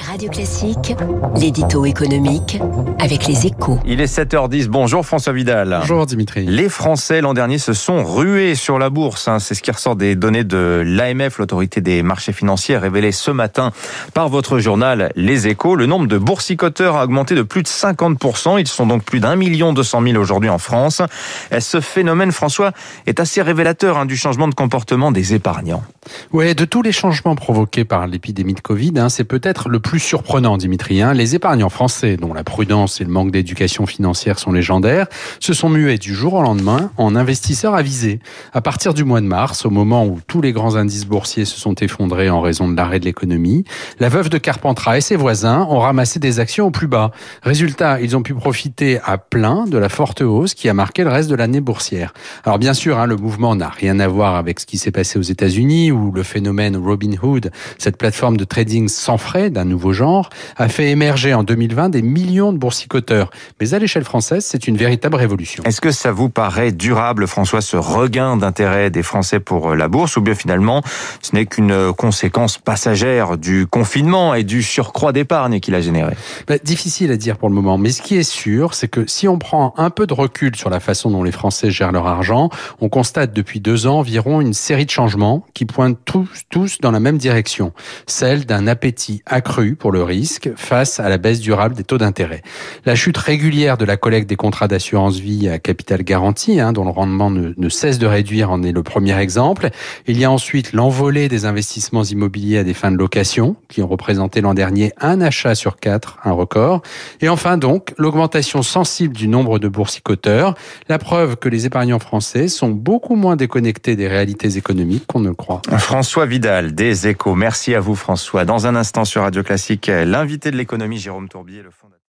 Radio Classique, l'édito économique avec les Échos. Il est 7h10. Bonjour François Vidal. Bonjour Dimitri. Les Français l'an dernier se sont rués sur la bourse. C'est ce qui ressort des données de l'AMF, l'autorité des marchés financiers, révélées ce matin par votre journal Les Échos. Le nombre de boursicoteurs a augmenté de plus de 50%. Ils sont donc plus d'1 200 000 aujourd'hui en France. Ce phénomène, François, est assez révélateur du changement de comportement des épargnants. Oui, de tous les changements provoqués par l'épidémie de Covid, c'est peut-être le plus surprenant, Dimitri. Les épargnants français, dont la prudence et le manque d'éducation financière sont légendaires, se sont mués du jour au lendemain en investisseurs avisés. À partir du mois de mars, au moment où tous les grands indices boursiers se sont effondrés en raison de l'arrêt de l'économie, la veuve de Carpentras et ses voisins ont ramassé des actions au plus bas. Résultat, ils ont pu profiter à plein de la forte hausse qui a marqué le reste de l'année boursière. Alors bien sûr, le mouvement n'a rien à voir avec ce qui s'est passé aux États-Unis, où le phénomène Robinhood, cette plateforme de trading sans frais d'un nouveau genre, a fait émerger en 2020 des millions de boursicoteurs. Mais à l'échelle française, c'est une véritable révolution. Est-ce que ça vous paraît durable, François, ce regain d'intérêt des Français pour la bourse, ou bien finalement, ce n'est qu'une conséquence passagère du confinement et du surcroît d'épargne qu'il a généré? Difficile à dire pour le moment, mais ce qui est sûr, c'est que si on prend un peu de recul sur la façon dont les Français gèrent leur argent, on constate depuis 2 ans environ une série de changements qui pointent tous dans la même direction, celle d'un appétit accru pour le risque face à la baisse durable des taux d'intérêt. La chute régulière de la collecte des contrats d'assurance vie à capital garanti, dont le rendement ne cesse de réduire, en est le premier exemple. Il y a ensuite l'envolée des investissements immobiliers à des fins de location, qui ont représenté l'an dernier 1 achat sur 4, un record. Et enfin donc, l'augmentation sensible du nombre de boursicoteurs, la preuve que les épargnants français sont beaucoup moins déconnectés des réalités économiques qu'on ne le croit. François Vidal, des Échos. Merci à vous François. Dans un instant sur Radio Classique, l'invité de l'économie, Jérôme Tourbier, le fondateur.